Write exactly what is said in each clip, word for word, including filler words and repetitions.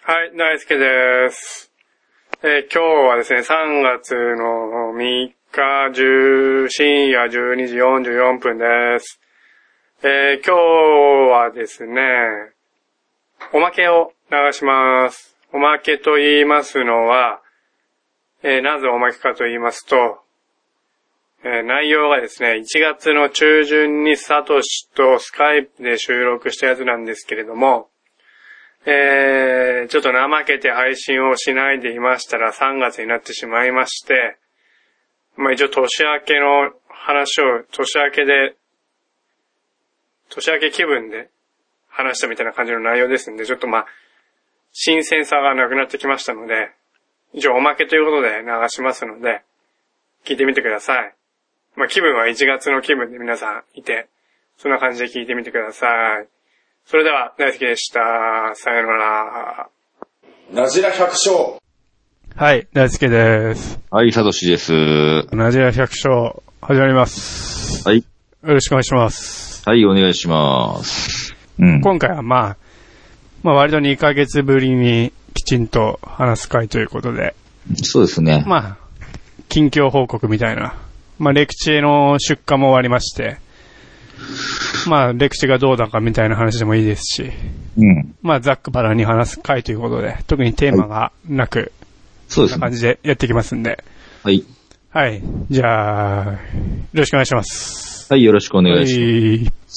はい、大輔です。えー、今日はですね、さんがつのみっか、深夜じゅうにじよんじゅうよんぷんです。えー、今日はですね、おまけを流します。おまけと言いますのは、えー、なぜおまけかと言いますと、えー、内容がですね、いちがつの中旬にサトシとスカイプで収録したやつなんですけれども、えー、ちょっと怠けて配信をしないでいましたらさんがつになってしまいまして、まあ一応年明けの話を年明けで、年明け気分で話したみたいな感じの内容ですんで、ちょっとまあ、新鮮さがなくなってきましたので、一応おまけということで流しますので、聞いてみてください。まあ気分はいちがつの気分で皆さんいて、そんな感じで聞いてみてください。それでは、大輔でした。さよなら。 なじら百姓。 はい、大輔です。 はい、サトシです。 なじら百姓、始まります。 はい。 よろしくお願いします。 はい、お願いします。 うん、今回はまあ、まあ割とにかげつぶりにきちんと話す会ということで。 そうですね。 まあ、近況報告みたいな。まあ、レクチェの出荷も終わりまして、まあ、レクチェがどうだかみたいな話でもいいですし、 うん。 まあ、ざっくばらんに話す回ということで、特にテーマがなく、はい、 そうですね。 こんな感じでやっていきますんで。 はい。 はい。じゃあ、よろしくお願いします。 はい、よろしくお願いします。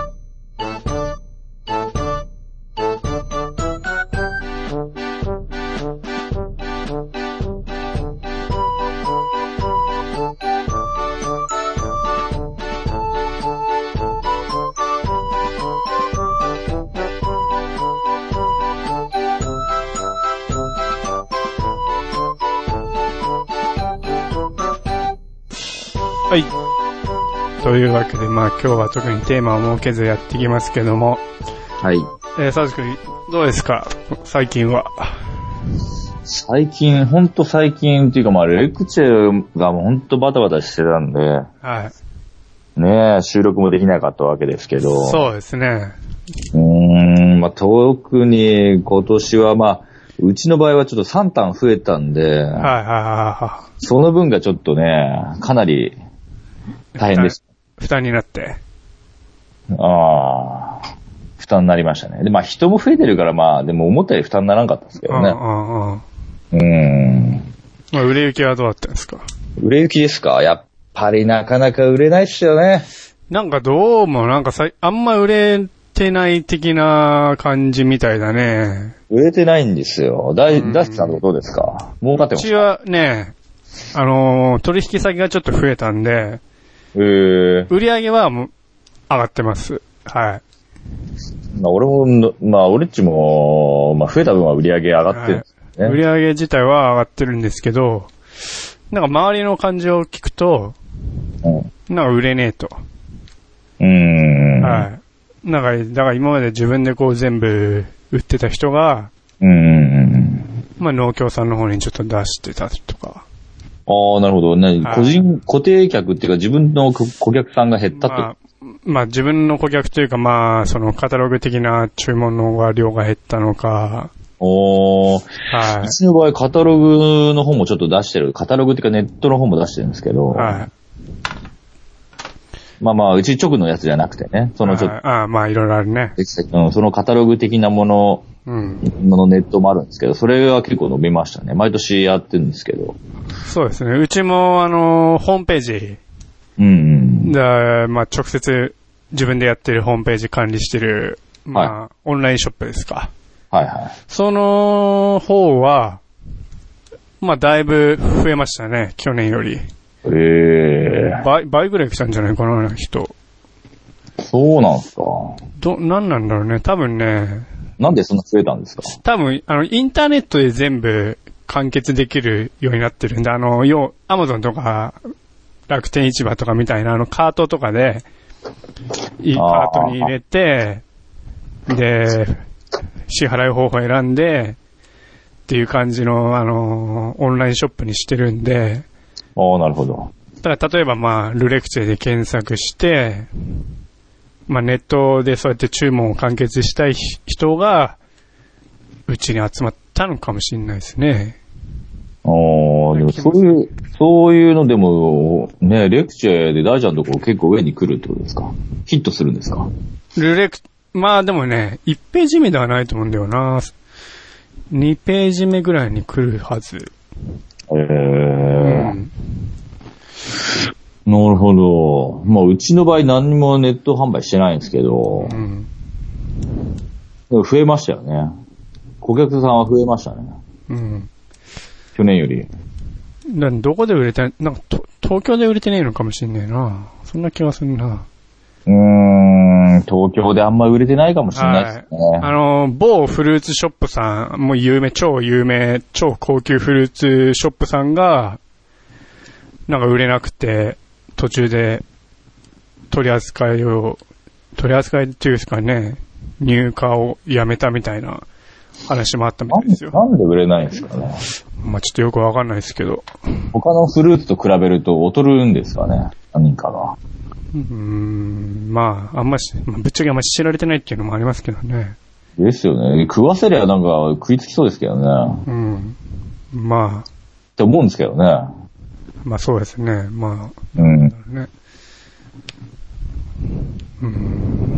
はい。というわけで、まあ今日は特にテーマを設けずやっていきますけども。 はい。 えー、佐々木君、どうですか最近は。 最近、ほんと最近っていうかまあレクチェがほんとバタバタしてたんで。はい。ねえ、収録もできなかったわけですけど。 そうですね。 うーん、まあ特に今年はまあ、うちの場合はちょっとさん単増えたんで。はいはいはいはい。その分がちょっとね、かなり、大変です。 負担になって。 ああ、負担になりましたね。で、まあ人も増えてるからまあ、でも思ったより負担にならなかったですけどね。うんうんうん。うーん。 まあ売れ行きはどうだったんですか？ 売れ行きですか？やっぱりなかなか売れないっすよね。 なんかどうもなんかさ、あんま売れてない的な感じみたいだね。 売れてないんですよ。だい、ダスさんとどうですか？儲かってますか？ うちはね、あのー、取引先がちょっと増えたんで、 えー、 売り上げはもう上がってます。はい。 まあ俺も、まあ俺っちも、まあ増えた分は売り上げ上がってるんですね、はい。 売り上げ自体は上がってるんですけど、なんか周りの感じを聞くと、うん、なんか売れねえと。 うーん。 はい。なんか、だから今まで自分でこう全部売ってた人が、 うーん。 まあ農協さんの方にちょっと出してたとか。 ああ、なるほど。ね、個人、固定客っていうか自分の顧客さんが減ったと。 まあ、まあ自分の顧客というかまあ、そのカタログ的な注文の量が減ったのか。 おー。はい。うちの場合カタログの方もちょっと出してる。カタログっていうかネットの方も出してるんですけど。はい。まあまあ、うち直のやつじゃなくてね。そのちょっと。 ああ、まあいろいろあるね。 うん、そのカタログ的なもの、うん。のネットもあるんですけど、それは結構伸びましたね。毎年やってるんですけど。 そうですね。うちも、あの、ホームページ。うん。で、まあ直接自分でやってるホームページ管理してる、まあ、はい、オンラインショップですか。はいはい。その方は、まあだいぶ増えましたね。去年より。ええー。倍、倍ぐらい来たんじゃないかな、人。 そうなんすか。 ど、なんなんだろうね。多分ね。 なんでそんな増えたんですか？ 多分、あの、インターネットで全部完結できるようになってるんで、あの、要、アマゾンとか、楽天市場とかみたいな、あの、カートとかで、いいカートに入れて、で、支払い方法選んで、っていう感じの、あの、オンラインショップにしてるんで。 ああ、なるほど。 だから例えばまあ、ルレクチェで検索して、まあネットでそうやって注文を完結したい人が、 うちに集まったのかもしれないですね。 ああ、でもそういう、そういうのでも、ね、レクチャーで大ちゃんのとこ結構上に来るってことですか？ヒットするんですか？ ルレク、まあでもね、いちページ目ではないと思うんだよな。にページ目ぐらいに来るはず。 へえー。うん、なるほど。まあ、うちの場合何にもネット販売してないんですけど、うん、でも増えましたよね。顧客さんは増えましたね。うん。去年より。 だどこで売れて、なんかと東京で売れてないのかもしれないな。そんな気がするな。 うーん、東京であんま売れてないかもしれないですね。 はい、あの、某フルーツショップさん、もう有名、超有名、超高級フルーツショップさんが、なんか売れなくて、途中で取り扱いを、取り扱いっていうんですかね、入荷をやめたみたいな話もあったみたいですよ。 なんで売れないんですかね。 まあちょっとよくわかんないですけど。 他のフルーツと比べると劣るんですかね、何かが。 うーん、まあ、あんまし、まあ、ぶっちゃけあんまし知られてないっていうのもありますけどね。 ですよね。食わせりゃなんか食いつきそうですけどね。 うん。まあ。 って思うんですけどね。 まあそうですね。まあ。 うん。 ね、うん。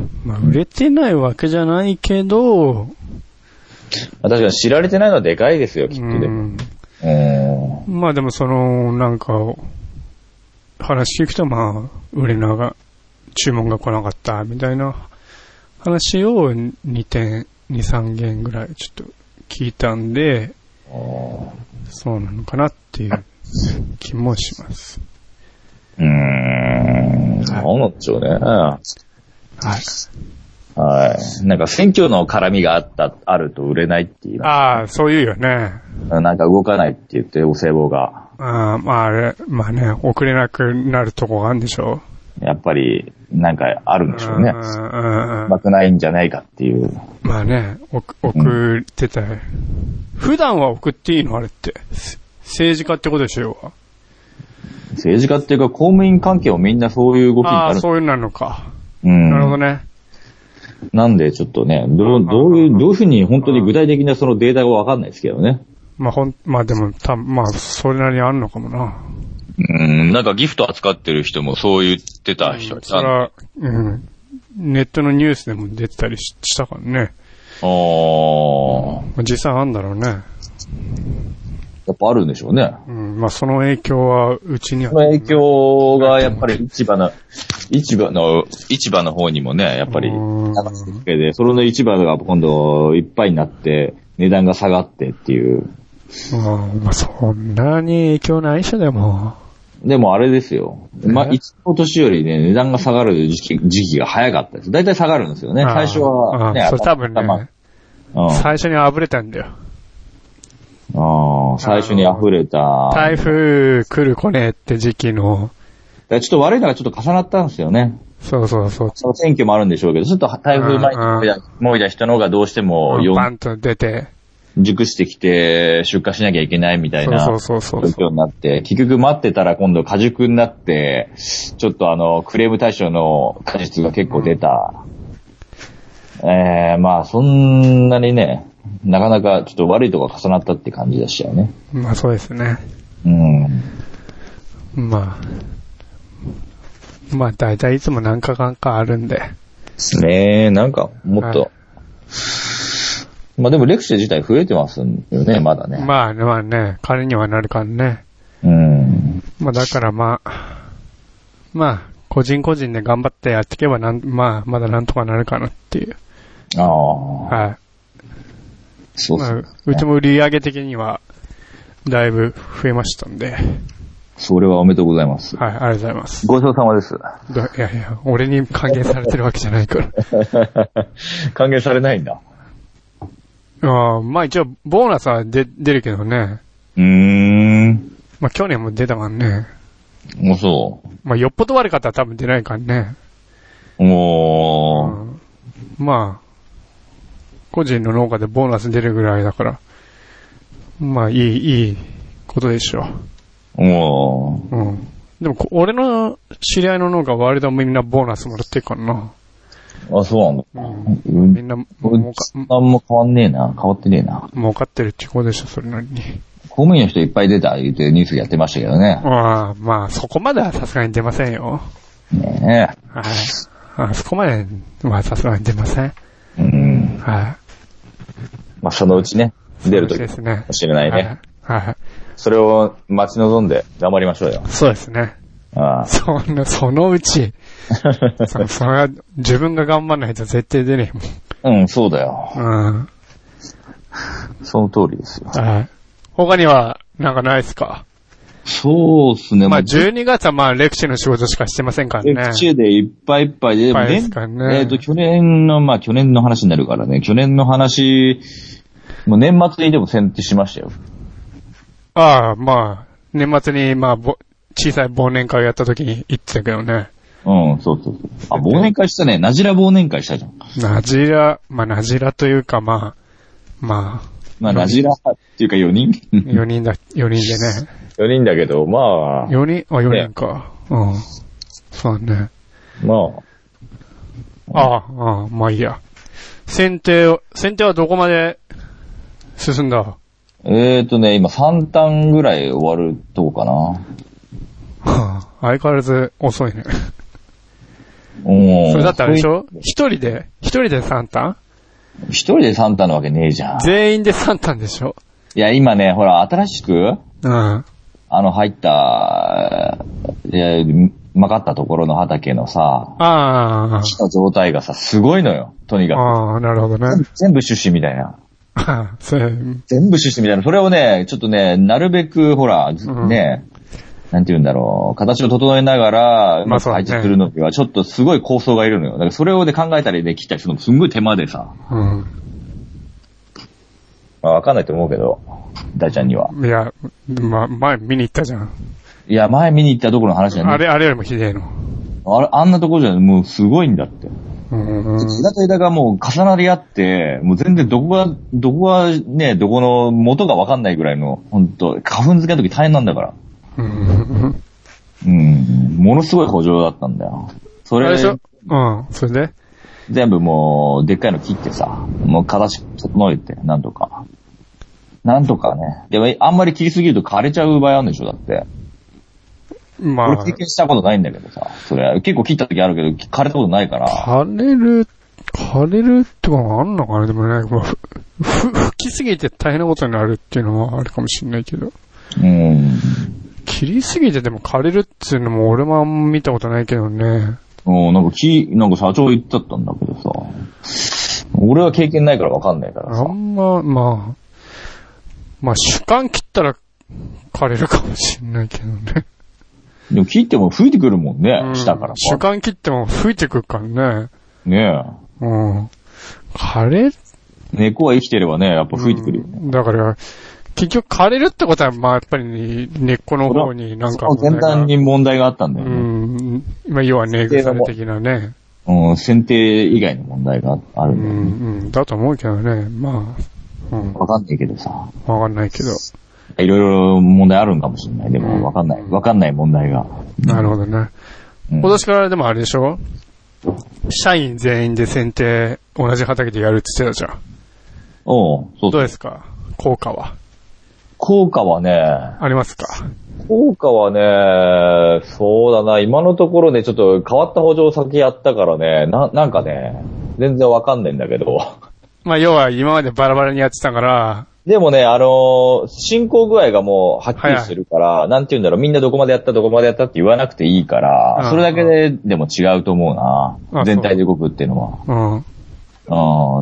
まあ売れてないわけじゃないけど。 確かに知られてないのはでかいですよ、きっとでも。うん。 うん、まあでもその、なんか、話聞くとまあ、売れなが、注文が来なかったみたいな話をにてん、に、さんげんぐらいちょっと聞いたんで、そうなのかなっていう気もします。 うーん、そうなんでしょうね。はい。はい。なんか選挙の絡みがあった、あると売れないっていう。 ああ、そういうよね。 なんか動かないって言って、お歳暮が。 ああ、まああれ、まあね、送れなくなるとこがあるんでしょう。やっぱり、なんかあるんでしょうね。うまくないんじゃないかっていう。 まあね、送ってた、うん。普段は送っていいのあれって。政治家ってことでしょう。 政治家っていうか公務員関係もみんなそういう動きになる。ああ、そういうのなのか。 うん。 なるほどね。 なんでちょっとね、どう、どういう、どういうふうに本当に具体的なそのデータがわかんないですけどね。 まあほん、まあでも、たまあ、それなりにあるのかもな。 うん、なんかギフト扱ってる人もそう言ってた人は、 うん、それは、うん。ネットのニュースでも出てたりしたからね。 ああ。 まあ、実際あるんだろうね。 やっぱあるんでしょうね。 うん、まあその影響はうちには、 ね。その影響がやっぱり市場の、市場の、市場の方にもね、やっぱり、で、それの市場が今度いっぱいになって、値段が下がってっていう。 まあそんなに影響ない人でも。 でもあれですよ。まあ、いつの年よりね、値段が下がる時期、時期が早かったです。だいたい下がるんですよね。最初はね、 ああそれ多分ね、うん、最初に溢れたんだよ。 ああ、最初に溢れた。 台風来る来ねえって時期の。 ちょっと悪いのがちょっと重なったんですよね。 そうそうそう。 その選挙もあるんでしょうけど、ちょっと台風前にもいだ人の方がどうしても、 バンと出て。 熟してきて出荷しなきゃいけないみたいな状況になって、結局待ってたら今度果熟になって、ちょっとあの、クレーム対象の果実が結構出た。うん、えー、まあそんなにね、なかなかちょっと悪いとこが重なったって感じでしたよね。 まあそうですね。 うん。 まあ。まあ大体いつも何かかんかあるんで。 ねえ、なんかもっと、はい、まあでもレクチャー自体増えてますよね、まだね。 まあね、まあね、彼にはなるからね。 うん。 まあだからまあ、まあ、個人個人で頑張ってやっていけばなん、まあ、まだなんとかなるかなっていう。 ああ。 はい。 そうですね。 まあ、うちも売り上げ的には、だいぶ増えましたんで。 それはおめでとうございます。 はい、ありがとうございます。 ごちそうさまです。 どいやいや、俺に還元されてるわけじゃないから。 還元されないんだ。 ああ、まあ一応、ボーナスは出、出るけどね。 うーん。 まあ去年も出たからね。 もうそう。 まあよっぽど悪かったら多分出ないからね。 おー。うん、 まあ、個人の農家でボーナス出るぐらいだから、まあいい、いいことでしょう。おー。 うん。でも、俺の知り合いの農家は割とみんなボーナスもらってるからな。 あ、そうなんだ。 うん、みんな、もうか、なんも変わんねえな。変わってねえな。 儲かってるってことでしょ、それなりに。 公務員の人いっぱい出た言ってニュースやってましたけどね。 ああ、まあ、そこまではさすがに出ませんよ。 ねえ。はい。あそこまではさすがに出ません。 うん。 はい。 まあ、そのうちね、出るときかもしれないね。 はい。はい。 それを待ち望んで頑張りましょうよ。 そうですね。 ああ。 そんな、そのうち、そ, それは自分が頑張らないと絶対出ねえもん。うん、そうだよ。 うん。 その通りですよ。 はい。他には、なんかないですか？ そうですね。 まあ、じゅうにがつはまあ、レクチェの仕事しかしてませんからね。 レクチェでいっぱいいっぱいで、 いっぱいですからね。 えっと、去年の、まあ、去年の話になるからね。去年の話、もう年末にでも選定しましたよ。 ああ、まあ、年末に、まあ、ぼ、小さい忘年会やった時に言ってたけどね。 うん、そうそうそう。あ、忘年会したね。なじら忘年会したじゃん。 なじら、まあ、なじらというか、まあ、まあ。 まあ、なじらっていうかよにん ? よ 人だ、よにんでね。 よにんだけど、まあ。 よにん、あ、よにんか。ね、うん。そうね。 まあ。ああ、ああ、まあいいや。選定を、選定はどこまで進んだ？ えーとね、今さんターンぐらい終わるとこかな。はあ、相変わらず遅いね。 おそれだったらでしょ？一人で、一人でさんターン？ 一人でさんターンなわけねえじゃん。 全員でさんターンでしょ？ いや、今ね、ほら、新しく、 うん。 あの、入った、いや、まかったところの畑のさ、 ああ。 木の状態がさ、すごいのよ、とにかく。 ああ、なるほどね。 全部出資みたいな。 それ全部出資みたいな。それをね、ちょっとね、なるべく、ほら、うん、ね、なんて言うんだろう、形を整えながら、うまく配置するのには、ちょっとすごい構想がいるのよ。だからそれをね、考えたりね、切ったりするのすんごい手間でさ。 うん。 まあ、わかんないと思うけど、大ちゃんには。 いや、ま、前見に行ったじゃん。 いや、前見に行ったところの話じゃねあれ、あれよりもひでえの。 あれ、あんなところじゃもうすごいんだって。 うん。 枝と枝がもう重なり合って、もう全然どこが、どこがね、どこの元がわかんないぐらいの、ほんと、花粉付けの時大変なんだから。 うん。 うん。ものすごい補助だったんだよ。それ。 あれでしょ？うん。それで全部もう、でっかいの切ってさ、もう形整えて、なんとか。なんとかね。でも、あんまり切りすぎると枯れちゃう場合あるんでしょ、だって。まあ。俺経験したことないんだけどさ。それ、結構切った時あるけど、枯れたことないから。 枯れる、枯れるってことがあんのかなでもね、ふ、ふ、吹きすぎて大変なことになるっていうのはあるかもしれないけど。 うん。 切りすぎてでも枯れるっていうのも俺もあんま見たことないけどね。 うん、なんかき、なんか社長言っちゃったんだけどさ。俺は経験ないからわかんないからさ。 あんま、まあ、まあ主観切ったら枯れるかもしれないけどね。 でも切っても吹いてくるもんね、 うん、 下からさ。 主観切っても吹いてくるからね。 ねえ。うん。枯れ猫は生きてればね、やっぱ吹いてくるよね。 うん、だから、結局枯れるってことは、まあやっぱり根っこの方になんか。 先端に問題があったんだよね。 うん。まあ要は根腐れ的なね。 うん、剪定以外の問題があるんだよね。 うん、うん。だと思うけどね。まあ。うん。 わかんないけどさ。 わかんないけど。 いろいろ問題あるんかもしれない。でもわかんない。わかんない問題が。 なるほどね。うん、今年からでもあれでしょ？社員全員で剪定同じ畑でやるって言ってたじゃん。 おう、そうそう。 どうですか？効果は。 効果はね。 ありますか？ 効果はね、そうだな、今のところね、ちょっと変わった補助先やったからね、な、なんかね、全然わかんないんだけど。 まあ要は今までバラバラにやってたから。 でもね、あのー、進行具合がもうはっきりしてるから、はいはい、なんて言うんだろう、みんなどこまでやったどこまでやったって言わなくていいから、それだけででも違うと思うな。全体で動くっていうのは。うん。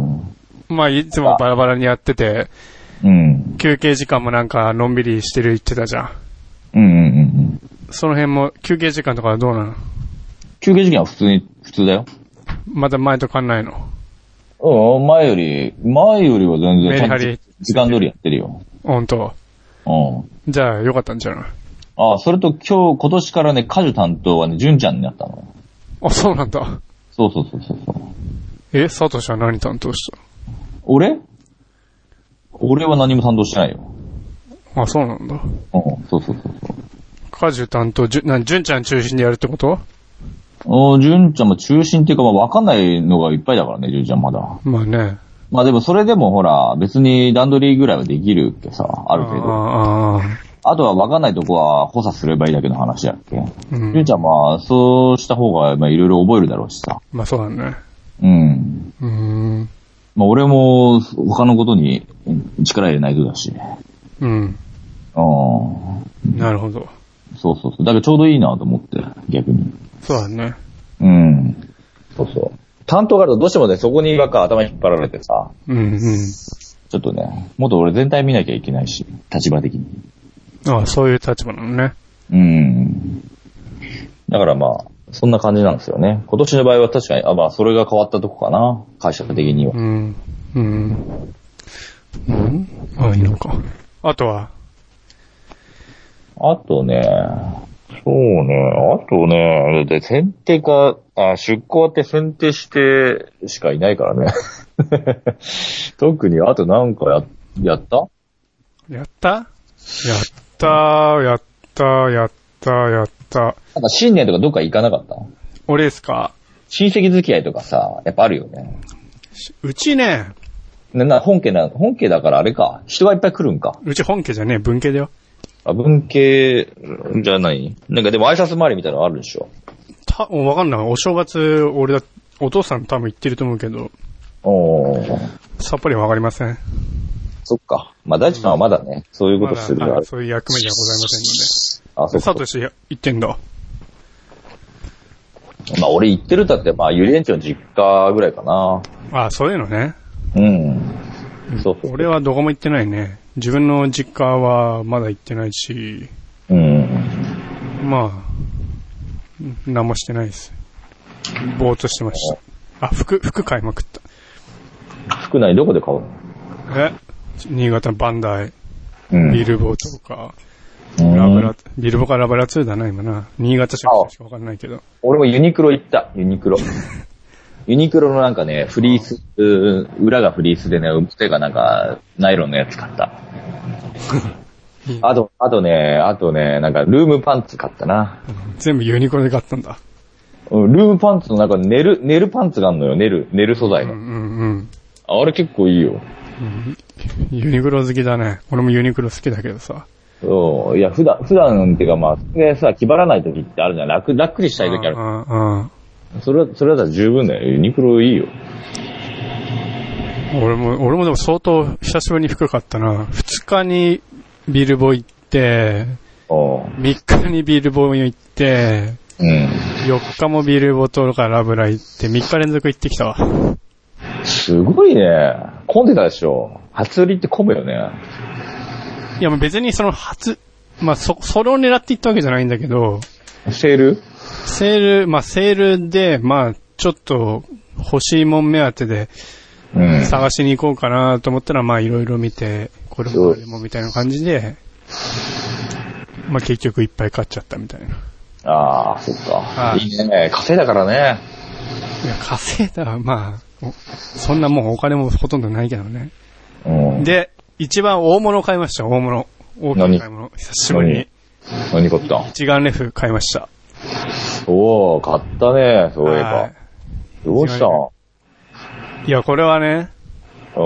うん。 まあいつもバラバラにやってて、 うん。 休憩時間もなんかのんびりしてる言ってたじゃん。 うんうんうんうん。 その辺も休憩時間とかはどうなの？ 休憩時間は普通に、普通だよ。 まだ前と変わんないの？ うん、前より、前よりは全然ちゃんと時間通りやってるよ。 ほんと。 うん。 じゃあよかったんじゃない？ ああ、それと今日、今年からね、果樹担当はね、純ちゃんになったの。 あ、そうなんだ。 そうそうそうそう。 え、サトシは何担当した？ 俺俺は何も担当してないよ。 あ、そうなんだ。 うん、そうそうそうそう。 果樹担当、じゅ、な、純ちゃん中心でやるってこと？ お純ちゃんも中心っていうか、まあわかんないのがいっぱいだからね、純ちゃんまだ。 まあね。 まあでもそれでもほら、別に段取りぐらいはできるってさ、あるけど。ああとはわかんないとこは補佐すればいいだけの話だっけ。うん。純ちゃんまあ、そうした方が、まあいろいろ覚えるだろうしさ。 まあそうだね。 うん。うん。まあ俺も他のことに力入れないとだし。うん。ああ。 なるほど。 そうそうそう。だからちょうどいいなと思って、逆に。 そうだね。 うん。そうそう。担当があるとどうしてもね、そこにばっか頭引っ張られてさ。うんうん。ちょっとね、もっと俺全体見なきゃいけないし、立場的に。 ああ、そういう立場なのね。 うん。だからまあ、そんな感じなんですよね。今年の場合は確かに、あ、まあ、それが変わったとこかな。会社的には。うん。うん。 うん。ああ、いいのか。あとはあとね、そうね、あとね、で、選定か、あ、出向って選定してしかいないからね。特に、あとなんかや、やったやったやったやったやったやった。なんか新年とかどっか行かなかった？ 俺ですか？ 親戚付き合いとかさ、やっぱあるよね。 うちね。 な、な、本家な、本家だからあれか。人がいっぱい来るんか。 うち本家じゃねえ、文家だよ。 あ、文系じゃない？なんかでも挨拶回りみたいなのあるでしょ。 た、わかんない。お正月、俺だ、お父さん多分行ってると思うけど。おー。さっぱりわかりません。 そっか。まあ大地さんはまだね、そういうことするから、ま、 そういう役目じゃございませんので。あ、そうか。サトシ行ってんだ。 まあ俺行ってるだって、まあゆりえんちの実家ぐらいかな。 あ、そういうのね。 うん。そうそう。 俺はどこも行ってないね。自分の実家はまだ行ってないし、うん。まあ、何もしてないです。ぼーっとしてました。あ、服、服買いまくった。 服何どこで買うの？ え新潟のバンダイ、うん、ビルボーとか、ラブラ、ビルボーかラブラツーだな、今な。新潟市しかわかんないけど。 俺もユニクロ行った、ユニクロ。ユニクロのなんかね、フリース、裏がフリースでね、表がなんか、ナイロンのやつ買った。あと、あとね、あとね、なんかルームパンツ買ったな。 全部ユニクロで買ったんだ。 ルームパンツの中に寝る、寝るパンツがあるのよ、寝る、寝る素材の。うんうんうん。あれ結構いいよ。 うん、ユニクロ好きだね。俺もユニクロ好きだけどさ。 そう。いや、普段、普段っていうかまあ、でさ、気張らない時ってあるじゃん。楽、楽にしたい時ある。うんうん。それは、それだったら十分だよ。ユニクロいいよ。 俺も、俺もでも相当久しぶりに服買ったな。二日にビルボ行って、三日にビルボ行って、うん、四日もビルボとかラブラ行って、三日連続行ってきたわ。 すごいね。混んでたでしょ。初売りって混むよね。 いや、別にその初、まあ、そ、それを狙って行ったわけじゃないんだけど。 セール？ セール、まあ、セールで、まあ、ちょっと欲しいもん目当てで、うん、探しに行こうかなと思ったら、まあ、いろいろ見て、これもあれもみたいな感じで、まあ、結局いっぱい買っちゃったみたいな。 ああ、そっか。いいね。稼いだからね。 いや、稼いだ、まあ、そんなもうお金もほとんどないけどね。うん、で、一番大物を買いました、大物。大きな買い物。久しぶりに。 何買った？ 一眼レフ買いました。 おー、買ったね、そういえば。どうしたん？ いや、これはね、うん。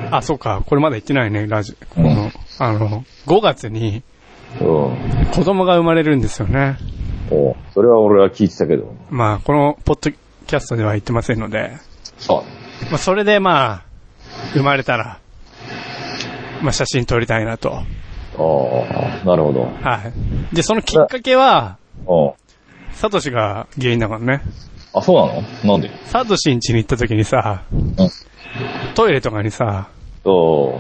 あ、そうか、これまだ言ってないね、ラジオ。この、うん、あの、ごがつに、うん。子供が生まれるんですよね。 おそれは俺は聞いてたけど。 まあ、このポッドキャストでは言ってませんので。そう。まあ、それでまあ、生まれたら、まあ、写真撮りたいなと。ああ、なるほど。 はい。で、そのきっかけは、うん。サトシが原因だからね。 あ、そうなの？なんで？ サトシん家に行った時にさ、うん、トイレとかにさ、 そう。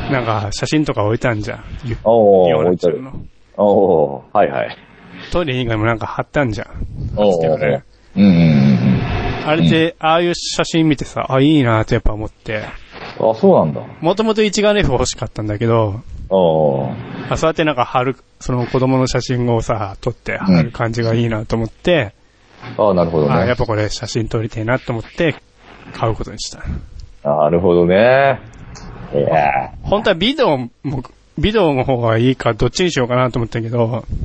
なんか写真とか置いたんじゃん。 おー、置いてる。おー、はいはい。 トイレ以外もなんか貼ったんじゃん。 おー、ね、うんうんうん。 あれで、ああいう写真見てさ、あ、いいなーってやっぱ思って。 あ、そうなんだ。 もともと一眼レフ欲しかったんだけど、おあそうやってなんか貼る、その子供の写真をさ、撮って貼る感じがいいなと思って、 うん、ああ、なるほどね。 あやっぱこれ写真撮りたいなと思って買うことにした。 なるほどね。いや本当はビデオも、ビデオの方がいいかどっちにしようかなと思ったけど、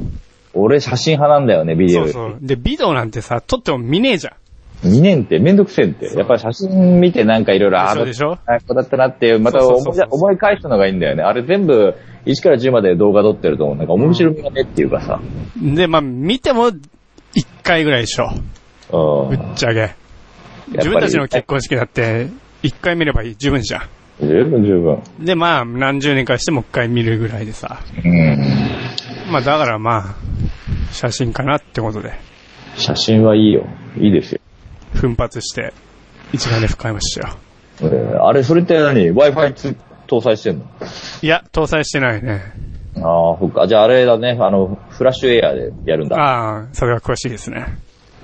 俺写真派なんだよね、ビデオ。 そうそう。で、ビデオなんてさ、撮っても見ねえじゃん。 にねんってめんどくせえって。やっぱり写真見てなんかいろいろ、ああ、 でしょあこうだったなって、また思い返すのがいいんだよね。あれ全部、いちからじゅうまで動画撮ってると、なんか面白みがねっていうかさ。 うん、で、まあ、見てもいっかいぐらいでしょ。ぶっちゃけ。自分たちの結婚式だって、いっかい見ればいい。十分じゃん。 十分十分。 で、まあ、何十年かしてもう一回見るぐらいでさ。 うん。 まあ、だからまあ、写真かなってことで。 写真はいいよ。いいですよ。 奮発して、一眼レフ買いましたよ。 えー、あれ、それって何 ?Wi-Fi 搭載してんの？ いや、搭載してないね。 ああ、そっか。じゃああれだね、あの、フラッシュエアでやるんだ。 ああ、それは詳しいですね。 うん。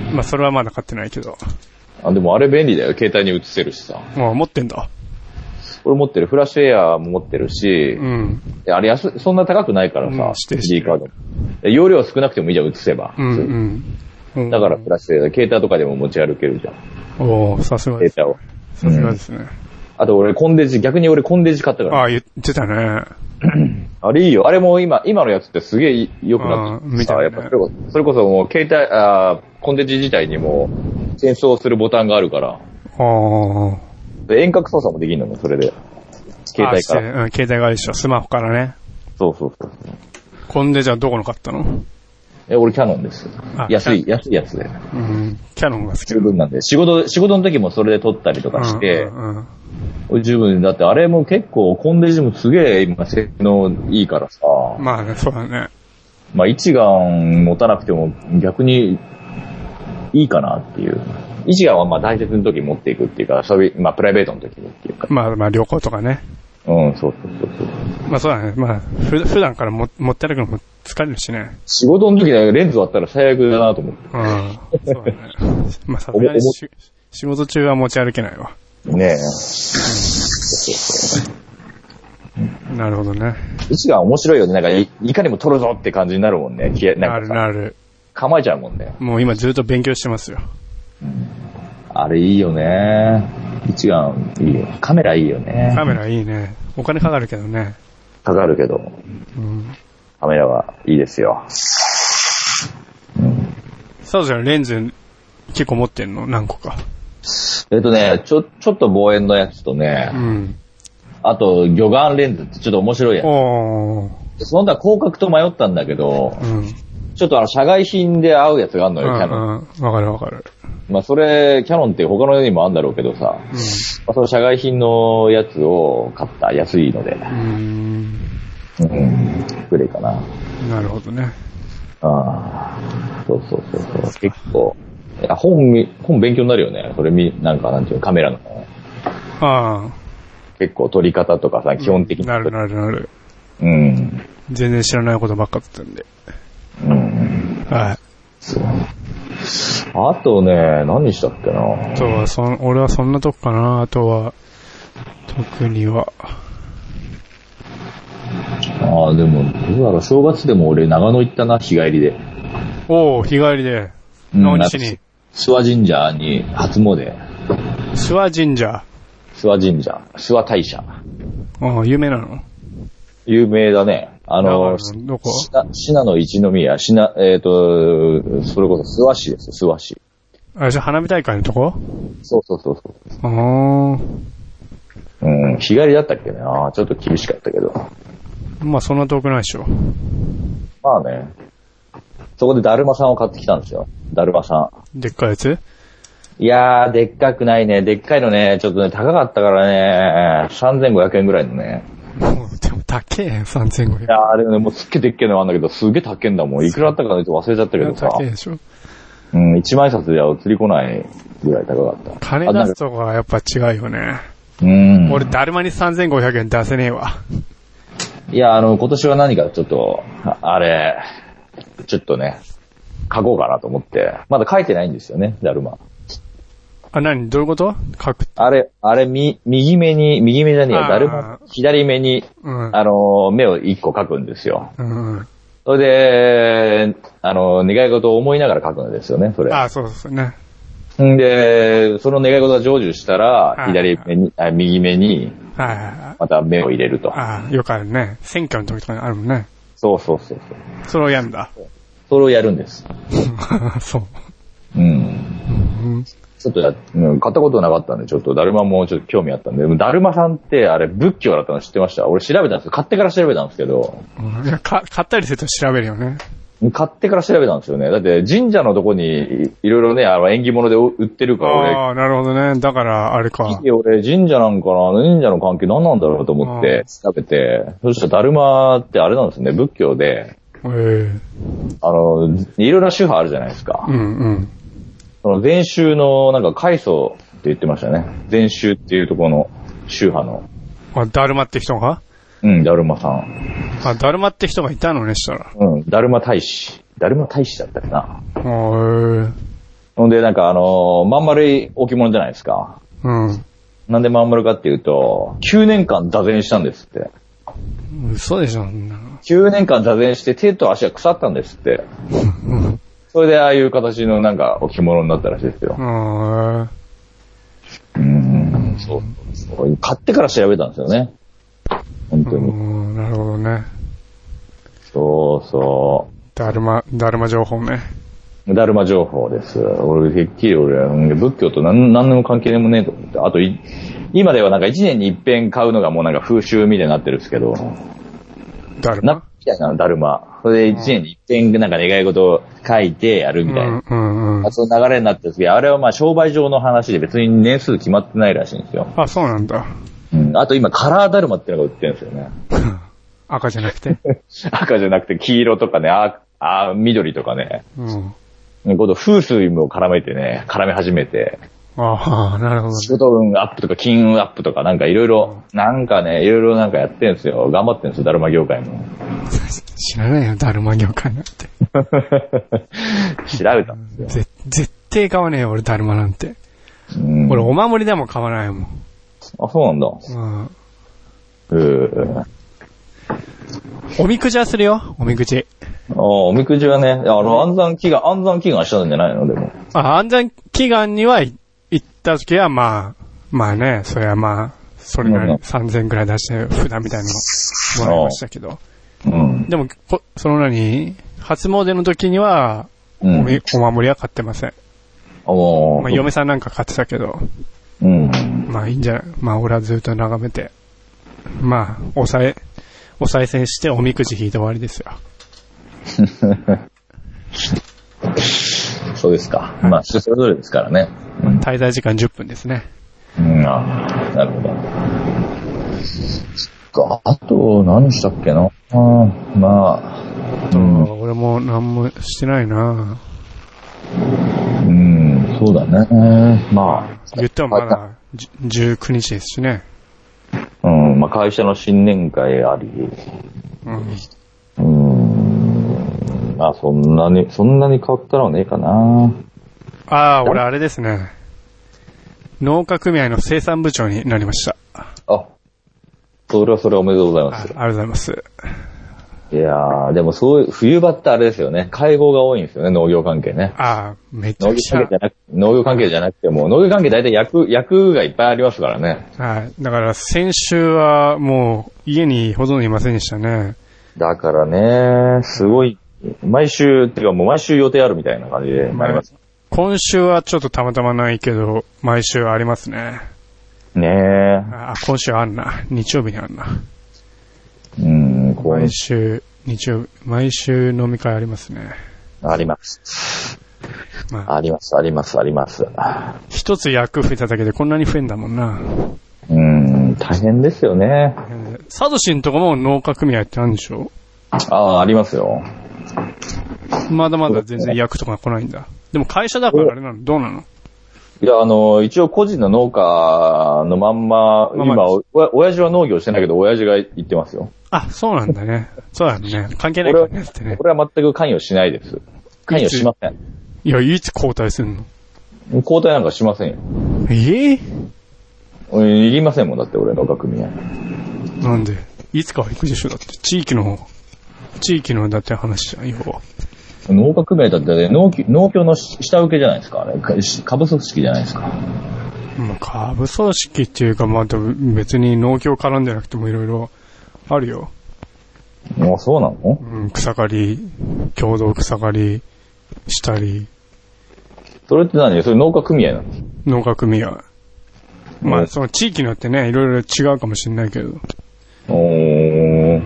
まあ、それはまだ買ってないけど。 あ、でもあれ便利だよ。携帯に映せるしさ。 もう持ってんだ。 俺持ってる。フラッシュエアも持ってるし、 うん。 あれ安、そんな高くないからさ、 うん、してるエスディー カード。容量少なくてもいいじゃん、映せば。 うん、うん。 だからフラッシュエア、携帯とかでも持ち歩けるじゃん。 おー、さすがです。 携帯を。 さすがですね。うん、 あと俺コンデジ、逆に俺コンデジ買ったから。 ああ、言ってたね。 あれいいよ。あれも今、今のやつってすげえ良くなってきた。 やっぱそれこそ、それこそもう携帯、あコンデジ自体にも転送するボタンがあるから。 ああ。 で遠隔操作もできるのね、それで。携帯から。 うん、携帯があるでしょ。スマホからね。 そうそうそう。 コンデジはどこの買ったの？ え、俺キャノンです。安い、安いやつで。 うん。キャノンが好き。 十分なんで。仕事、仕事の時もそれで撮ったりとかして、 うんうん、 十分。だってあれも結構コンデジもすげえ今性能いいからさ。 まあね、そうだね。 まあ一眼持たなくても逆にいいかなっていう。一眼はまあ大切な時持っていくっていうか、そういう、まあプライベートの時にっていうか。 まあまあ旅行とかね。 うん、そうそうそうそう。 まあそうだね。まあ、ふ、普段からも持って歩くのも疲れるしね。 仕事の時だけレンズ割ったら最悪だなと思って。 うん。そうだね。まあさすがにし仕事中は持ち歩けないわ。 ねえ。うん、 なるほどね。 一眼面白いよね。なんかい、いかにも撮るぞって感じになるもんね。 なるなる。 構えちゃうもんね。 もう今ずっと勉強してますよ。 うん、あれいいよね。一眼いいよ。カメラいいよね。 カメラいいね。お金かかるけどね。 かかるけど。うん、カメラはいいですよ。 うん。サウジはレンズ結構持ってんの？何個か。 えっとね、ちょ、ちょっと望遠のやつとね。うん。あと、魚眼レンズってちょっと面白いやつ。おー。そんな広角と迷ったんだけど、うん。ちょっとあの、社外品で合うやつがあるのよ、キャノン。 うん。わかるわかる。 まあそれ、キャノンって他のにもあるんだろうけどさ、うん、まあ、その社外品のやつを買った、安いので。うーん。うん。くれかな。 なるほどね。 ああ。そうそうそうそう。結構、いや本、本勉強になるよね。それ見、なんかなんていうの、カメラの。ああ。結構撮り方とかさ、基本的に。 なるなるなる。 うん。 全然知らないことばっかだったんで。うん。はい。 そう。あとね、何したっけな。 あとは、そん、俺はそんなとこかな。あとは、特には。 ああ、でも、どうだろう、正月でも俺長野行ったな、日帰りで。 おお、日帰りで。何日に？ 諏訪神社に初詣。 諏訪神社。 諏訪神社。諏訪大社。 ああ、有名なの？ 有名だね。あの、 どこ？ 信濃一宮、信濃、えっと、それこそ諏訪市です、諏訪市。 あ、じゃあ花火大会のとこ？ そうそうそうそう。 ああ。 うん、日帰りだったっけな。ちょっと厳しかったけど。 まあそんな遠くないでしょ。 まあね。そこでだるまさんを買ってきたんですよ。だるまさん。でっかいやつ？ いやー、でっかくないね。でっかいのね、ちょっとね、高かったからね、さんぜんごひゃくえんぐらいのね。 もう、でも高え、さんぜんごひゃくえん。 いやー、でもね、もうすっげえでっけえのがあるんだけど、すっげえ高えんだもん。いくらあったか忘れちゃったけどさ。 高えでしょ。 うん、一万円札では映りこないぐらい高かった。 金出すとこはやっぱ違うよね。 うん。 俺、だるまにさんぜんごひゃくえん出せねえわ。 いや、あの、今年は何かちょっと、あれ、ちょっとね、書こうかなと思って、まだ書いてないんですよね、だるま。 あ、何どういうこと書く？ あれ、あれ、み、右目に、右目じゃねえよ、だるま、左目に、うん、あの、目を一個書くんですよ。うん。それで、あの、願い事を思いながら書くんですよね、それ。 あ、そうですね。 んで、その願い事が成就したら、左目に、あ、右目に、はいはいはい。また目を入れると。 ああ、よくあるね。選挙の時とかにあるもんね。 そうそうそうそう。 それをやんだ。 それをやるんです。 そう。 うん。うん、ちょっとや、うん、買ったことなかったんで、ちょっとだるまもちょっと興味あったんで、だるまさんってあれ仏教だったの知ってました？俺調べたんですよ。買ってから調べたんですけど。 いや、か、買ったりすると調べるよね。 買ってから調べたんですよね。だって神社のとこにいろいろね、あの縁起物で売ってるから俺。 ああ、なるほどね。だからあれか。 俺神社なんかな、神社の関係何なんだろうと思って調べて、そしたらだるまってあれなんですね、仏教で。 へえ。 あの、いろいろな宗派あるじゃないですか。 うんうん。 その禅宗のなんか開祖って言ってましたね。禅宗っていうところの宗派の。あ、 だるまって人が？ うん、だるまさん。 あ、だるまって人がいたのね、したら。 うん、だるま大使。だるま大使だったかな。 へー。 ほんで、なんかあのー、まん丸い置物じゃないですか。 うん。 なんでまん丸かっていうと、きゅうねんかん座禅したんですって。 嘘でしょ、 きゅうねんかん座禅して手と足が腐ったんですって。それでああいう形のなんか置物になったらしいですよ。 へー。 うーん、そう。そう買ってから調べたんですよね。本当に。 うん、なるほどね。 そうそう。 だるま、だるま情報ね。 だるま情報です。俺、てっきり俺、仏教と何、何の関係でもねえと思って。あとい、今ではなんか一年に一遍買うのがもうなんか風習みたいになってるんですけど。 だるま？ な、みたいな、だるま。それで一年に一遍なんか願い事を書いてやるみたいな。 うんうんうん。 その流れになってるんですけど、あれはまあ商売上の話で別に年数決まってないらしいんですよ。 あ、そうなんだ。 うん。あと今カラーだるまっていうのが売ってるんですよね。 赤じゃなくて赤じゃなくて黄色とかね、あ、あ、緑とかね。 うん。 今度風水も絡めてね、絡め始めて。 ああ、なるほど、ね。 仕事運アップとか金運アップとかなんかいろいろ、なんかね、いろいろなんかやってるんですよ。頑張ってるんですよ、だるま業界も。 知らないよ、だるま業界なんて。 調べたんですよ。 ぜ、絶対買わねえよ、俺だるまなんて。うん、俺お守りでも買わないもん。 あ、そうなんだ。うん。うー。 おみくじはするよ、おみくじ。 ああ、おみくじはね、あの、安産祈願、安産祈願したんじゃないのでも。 あ、安産祈願には行った時は、まあ、まあね、それはまあ、それなりにさんぜんえんくらい出して、札みたいなのもらいましたけど。うん。でも、こその何、初詣の時には、うん、お, お守りは買ってません。おまあ、嫁さんなんか買ってたけど。うん。まあいいんじゃない。まあ俺はずっと眺めて。まあ、おさえ、お賽銭しておみくじ引いて終わりですよ。 そうですか。はい、まあ、人それぞれですからね。 うん、滞在時間じゅっぷんですね。 うん、あ、なるほど。あと、何したっけな。あまあ、 うん、俺も何もしてないな。 うん、そうだね。まあ。 言ってもまだじゅうくにちですしね。 うん、まあ会社の新年会あり。うん。うーん。まあそんなに、そんなに変わったのはねえかな。 ああ、俺あれですね。農家組合の生産部長になりました。 あ、それはそれはおめでとうございます。 ありがとうございます。 いやー、でもそういう、冬場ってあれですよね。会合が多いんですよね、農業関係ね。 ああ、めっちゃくちゃ。 農業関係じゃなく、農業関係じゃなくても、農業関係大体役、役がいっぱいありますからね。 はい。だから先週はもう家にほとんどいませんでしたね。 だからね、すごい、毎週、っていうかもう毎週予定あるみたいな感じであります。 今週はちょっとたまたまないけど、毎週ありますね。 ねえ。 あ、今週あんな。日曜日にあんな。 うん、こう毎週、日曜日、毎週飲み会ありますね。 あります。まあ、あります、あります、あります。 一つ役増えただけでこんなに増えんだもんな。 うーん、大変ですよね。 サトシんとこも農家組合ってあるんでしょ？ ああ、ありますよ。 まだまだ全然役とか来ないんだ。でも会社だからあれなの？どうなの？ いや、あの、一応個人の農家のまんま、まあまあ、今お、親父は農業してないけど、親父が言ってますよ。 あ、そうなんだね。そうだね。関係ないからねってね。 これは全く関与しないです。関与しません。 いや、いつ交代すんの？ 交代なんかしませんよ。 ええー、いりませんもん、だって俺の学組合。 なんで？いつかは行くでしょ、だって。地域の、地域のだって話じゃん、要は。 農家組合だって、ね、農協、農協の下請けじゃないですか、あれ。株組織じゃないですか。 まあ、株組織っていうか、まあ、別に農協絡んでなくてもいろいろあるよ。 あ、そうなの？ うん、草刈り、共同草刈りしたり。 それって何？それ農家組合なの？ 農家組合。まあ、その地域によってね、いろいろ違うかもしれないけど。 おー。うん。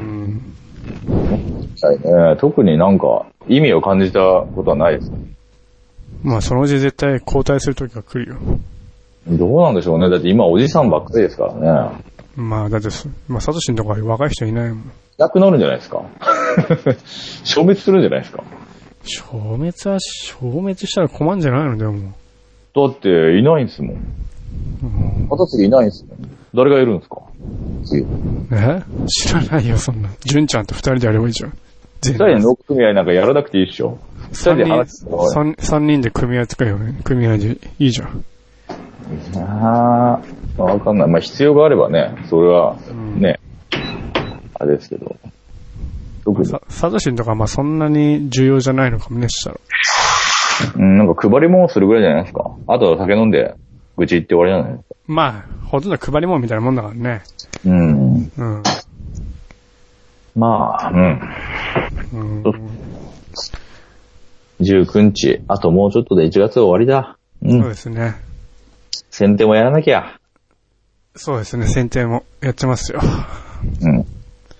はいね。特になんか意味を感じたことはないですか？ まあ、そのうち絶対交代する時が来るよ。 どうなんでしょうね。だって今おじさんばっかりですからね。 まあ、だって、まあ、サトシのところ若い人いないもん。いなくなるんじゃないですか。消滅するんじゃないですか。 消滅は、消滅したら困るんじゃないのでも。 だっていないんですもん。また次いないんですもん。誰がいるんですか？ え？知らないよ、そんな。純ちゃんと二人でやればいいじゃん。 二人で農家組合なんかやらなくていいっしょ。二人で話すの。 三、三人で組合作ればね。組合でいいじゃん。 ああ、わかんない。まあ必要があればね、それはね、うん、あれですけど。特に。 さ、サトシンとかまあそんなに重要じゃないのかもね、したら。 うん、なんか配り物するぐらいじゃないですか。あとは酒飲んで、愚痴言って終わりじゃないですか。 まあ、ほとんど配り物みたいなもんだからね。 うん。 うん。 まあ、うん。うん、じゅうくにち、あともうちょっとでいちがつ終わりだ。 うん、そうですね。 剪定もやらなきゃ。 そうですね、剪定もやってますよ。うん。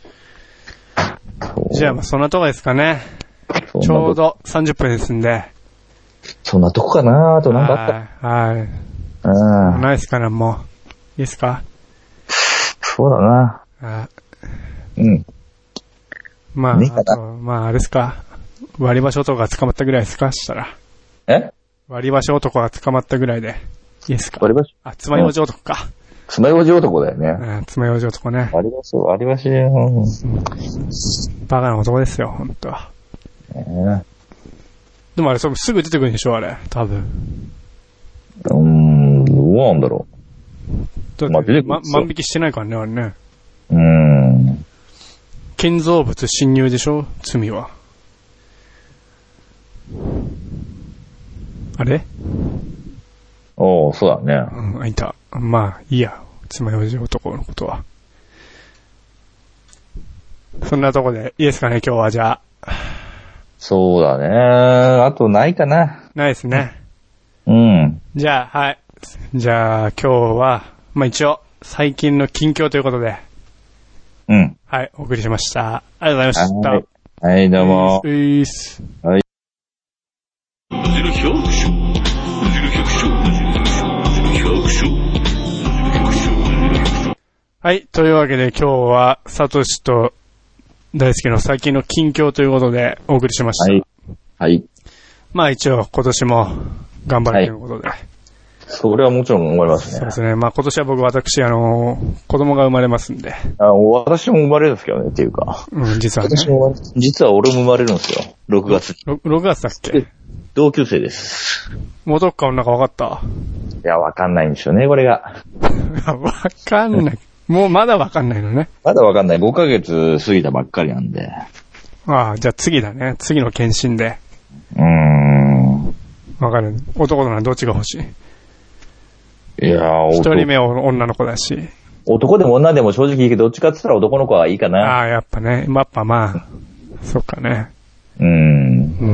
じゃあ、まあそんなとこですかね。ちょうどさんじゅっぷんですんで。 そんなとこかな。あとなんかあった。 はい。ああ。ないですかね、もう。いいですか？ そうだな。あうん。 まあ、あと、まあ、あれですか。割り箸男が捕まったぐらいですかしたら。 え？ 割り箸男が捕まったぐらいで。いいですか？ 割り箸？ あ、つまようじ男か。 つまようじ男だよね。 うん、つまようじ男ね。 割り箸、割り箸、うん。 バカな男ですよ、ほんとは。えー、でもあれ、そすぐ出てくるんでしょ、あれ。多分。 うーん、どうなんだろう。だって、ま、出てくるま、万引きしてないからね、あれね。 うーん。 建造物侵入でしょ、罪は。あれ？ おー、そうだね。 うん、いた。まあ、いいや。つまようじ男のことは。そんなとこで、いいですかね、今日はじゃあ。 そうだね。あとないかな。 ないですね。 うん。 じゃあ、はい。じゃあ、今日は、まあ一応、最近の近況ということで。 うん。 はい、お送りしました。ありがとうございました。 はい、はい、どうも。 ういーす。 はい。 はい。というわけで今日は、サトシと大輔の最近の近況ということでお送りしました。 はい。はい。 まあ一応今年も頑張るということで。はい、 それはもちろん思いますね。 そうですね。まあ今年は僕、私、あの、子供が生まれますんで。 あ、私も生まれるんですけどね、っていうか。 うん、実はね。 私も実は俺も生まれるんですよ。ろくがつ。 ろくがつだっけ？ 同級生です。 元か女か分かった？ いや、分かんないんですよね、これが。 分かんない。もうまだ分かんないのね。 まだ分かんない。ごかげつ過ぎたばっかりなんで。 ああ、じゃあ次だね。次の検診で。 うーん。 分かる。男と女どっちが欲しい？ いやー、 一人目は女の子だし。 男でも女でも正直いいけど、どっちかって言ったら男の子はいいかな。 ああ、やっぱね。やっぱまあ、そっかね。 うーん。 うん。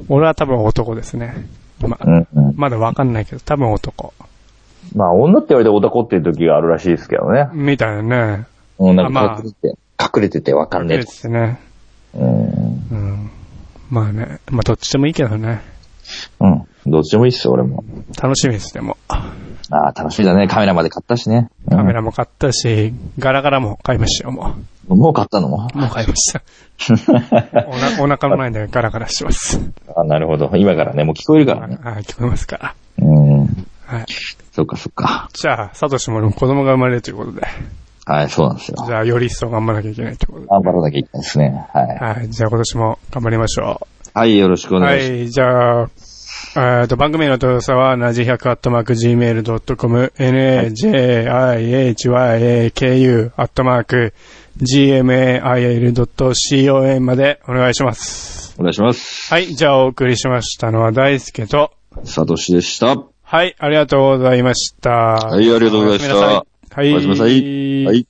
俺は多分男ですね。まあ、うんうん、まだ分かんないけど、多分男。 まあ、女って言われて男っていう時があるらしいですけどね。 みたいなね。 うん、なんか隠れて、まあ、隠れてて分かんねえ。 隠れててね。 うん。うん。 まあね、まあどっちでもいいけどね。 うん。どっちでもいいっすよ、俺も。 楽しみです、でも。 ああ、楽しみだね。カメラまで買ったしね。 うん、カメラも買ったし、ガラガラも買いましたよ、もう。もう買ったの？もう買いました。おな、お腹の前でガラガラしてます。 あ、なるほど。今からね、もう聞こえるからね。 はい、聞こえますから。 うん。 はい。 そっかそっか。 じゃあ、サトシも子供が生まれるということで。 はい、そうなんですよ。 じゃあ、より一層頑張らなきゃいけないということで。 頑張らなきゃいけないですね。はい。 はい、じゃあ今年も頑張りましょう。はい、よろしくお願いします。 はい、じゃあ、えっと、番組の問い合わせは、なじひゃくアットマークジーメールドットコム、エヌエージェーアイエイチワイエーケーユー アットマーク ジーエムエーアイエルドットコム までお願いします。 お願いします。 はい、じゃあお送りしましたのは大輔と、 サトシでした。 はい、ありがとうございました。 はい、ありがとうございました。 はい。 おやすみなさい。はい。